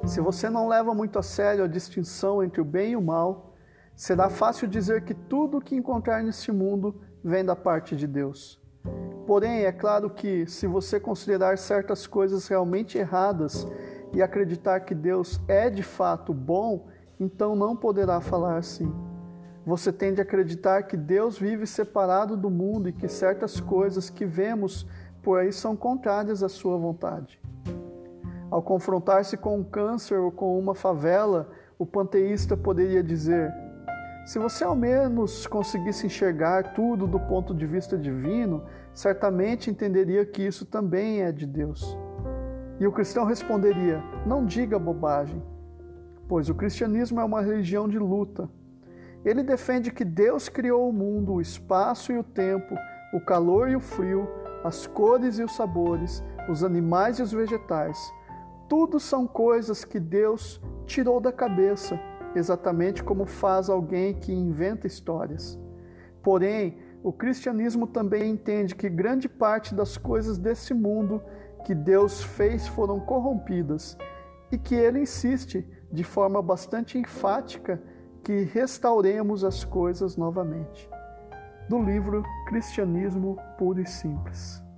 Se você não leva muito a sério a distinção entre o bem e o mal, será fácil dizer que tudo o que encontrar neste mundo vem da parte de Deus. Porém, é claro que, se você considerar certas coisas realmente erradas e acreditar que Deus é de fato bom, então não poderá falar assim. Você tende a acreditar que Deus vive separado do mundo e que certas coisas que vemos por aí são contrárias à sua vontade. Ao confrontar-se com um câncer ou com uma favela, o panteísta poderia dizer: se você ao menos conseguisse enxergar tudo do ponto de vista divino, certamente entenderia que isso também é de Deus. E o cristão responderia: não diga bobagem, pois o cristianismo é uma religião de luta. Ele defende que Deus criou o mundo, o espaço e o tempo, o calor e o frio, as cores e os sabores, os animais e os vegetais. Tudo são coisas que Deus tirou da cabeça, exatamente como faz alguém que inventa histórias. Porém, o cristianismo também entende que grande parte das coisas desse mundo que Deus fez foram corrompidas e que ele insiste, de forma bastante enfática, que restauremos as coisas novamente. Do livro Cristianismo Puro e Simples.